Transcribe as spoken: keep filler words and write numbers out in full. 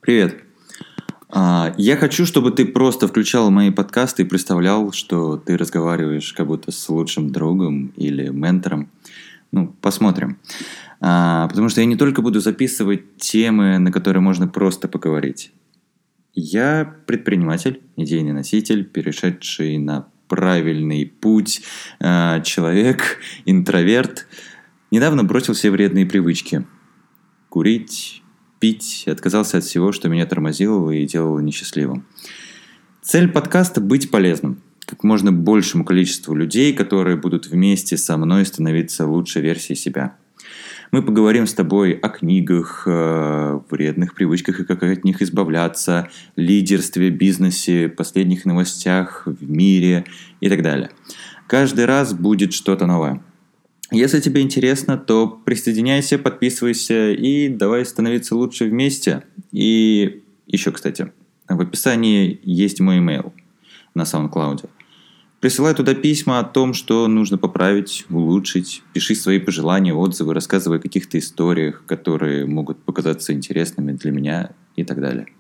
Привет. А, Я хочу, чтобы ты просто включал мои подкасты и представлял, что ты разговариваешь как будто с лучшим другом или ментором. Ну, посмотрим. А, Потому что я не только буду записывать темы, на которые можно просто поговорить. Я предприниматель, идейный носитель, перешедший на правильный путь, а, человек, интроверт. Недавно бросил все вредные привычки. Курить, пить, отказался от всего, что меня тормозило и делало несчастливым. Цель подкаста – быть полезным как можно большему количеству людей, которые будут вместе со мной становиться лучшей версией себя. Мы поговорим с тобой о книгах, э, вредных привычках и как от них избавляться, лидерстве, бизнесе, последних новостях в мире и так далее. Каждый раз будет что-то новое. Если тебе интересно, то присоединяйся, подписывайся и давай становиться лучше вместе. И еще, кстати, в описании есть мой имейл на SoundCloud. Присылай туда письма о том, что нужно поправить, улучшить. Пиши свои пожелания, отзывы, рассказывай о каких-то историях, которые могут показаться интересными для меня и так далее.